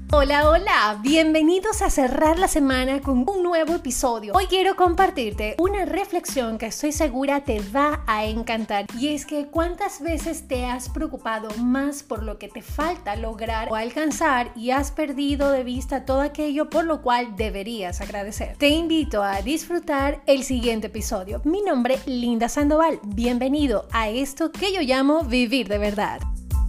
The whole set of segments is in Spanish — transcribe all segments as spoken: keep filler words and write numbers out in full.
Hola, hola, bienvenidos a cerrar la semana con un nuevo episodio. Hoy quiero compartirte una reflexión que estoy segura te va a encantar, y es que ¿cuántas veces te has preocupado más por lo que te falta lograr o alcanzar y has perdido de vista todo aquello por lo cual deberías agradecer? Te invito a disfrutar el siguiente episodio. Mi nombre es Linda Sandoval, bienvenido a esto que yo llamo Vivir de Verdad.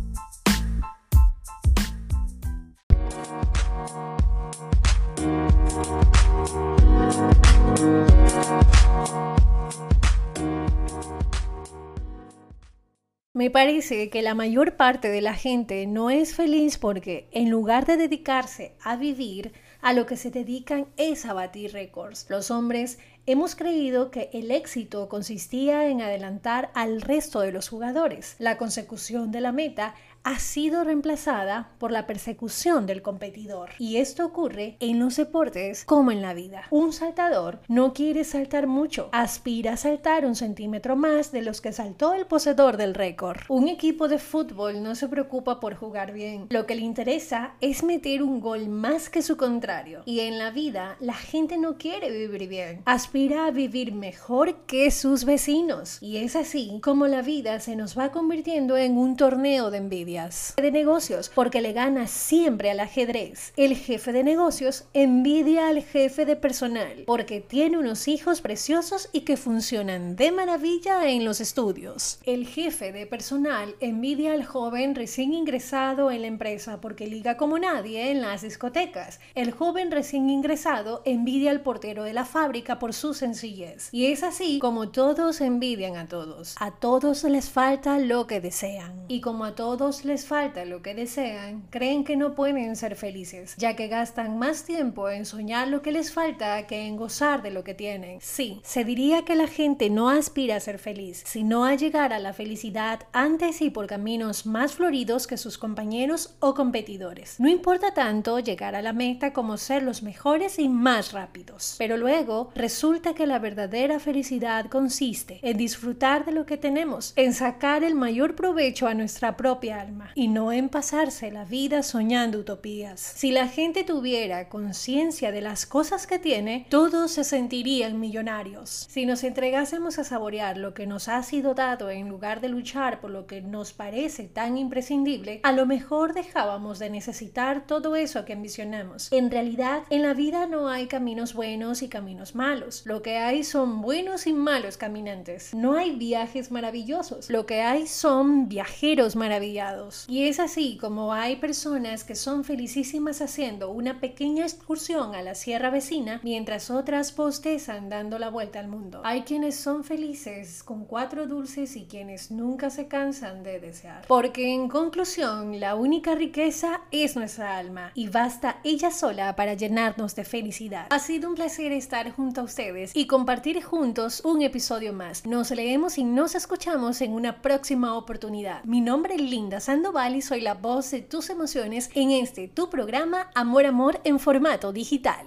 Me parece que la mayor parte de la gente no es feliz porque, en lugar de dedicarse a vivir, a lo que se dedican es a batir récords. Los hombres hemos creído que el éxito consistía en adelantar al resto de los jugadores. La consecución de la meta ha sido reemplazada por la persecución del competidor. Y esto ocurre en los deportes como en la vida. Un saltador no quiere saltar mucho, aspira a saltar un centímetro más de los que saltó el poseedor del récord. Un equipo de fútbol no se preocupa por jugar bien. Lo que le interesa es meter un gol más que su contrario. Y en la vida, la gente no quiere vivir bien. Aspira a vivir mejor que sus vecinos. Y es así como la vida se nos va convirtiendo en un torneo de envidia. De negocios, porque le gana siempre al ajedrez. El jefe de negocios envidia al jefe de personal, porque tiene unos hijos preciosos y que funcionan de maravilla en los estudios. El jefe de personal envidia al joven recién ingresado en la empresa, porque liga como nadie en las discotecas. El joven recién ingresado envidia al portero de la fábrica por su sencillez. Y es así como todos envidian a todos. A todos les falta lo que desean. Y como a todos les falta lo que desean, creen que no pueden ser felices, ya que gastan más tiempo en soñar lo que les falta que en gozar de lo que tienen. Sí, se diría que la gente no aspira a ser feliz, sino a llegar a la felicidad antes y por caminos más floridos que sus compañeros o competidores. No importa tanto llegar a la meta como ser los mejores y más rápidos. Pero luego resulta que la verdadera felicidad consiste en disfrutar de lo que tenemos, en sacar el mayor provecho a nuestra propia alma y no en pasarse la vida soñando utopías. Si la gente tuviera conciencia de las cosas que tiene, todos se sentirían millonarios. Si nos entregásemos a saborear lo que nos ha sido dado en lugar de luchar por lo que nos parece tan imprescindible, a lo mejor dejábamos de necesitar todo eso que ambicionamos. En realidad, en la vida no hay caminos buenos y caminos malos. Lo que hay son buenos y malos caminantes. No hay viajes maravillosos. Lo que hay son viajeros maravillados. Y es así como hay personas que son felicísimas haciendo una pequeña excursión a la sierra vecina, mientras otras bostezan dando la vuelta al mundo. Hay quienes son felices con cuatro dulces y quienes nunca se cansan de desear. Porque en conclusión, la única riqueza es nuestra alma y basta ella sola para llenarnos de felicidad. Ha sido un placer estar junto a ustedes y compartir juntos un episodio más. Nos leemos y nos escuchamos en una próxima oportunidad. Mi nombre es Linda Sandoval y soy la voz de tus emociones en este tu programa Amor Amor en formato digital.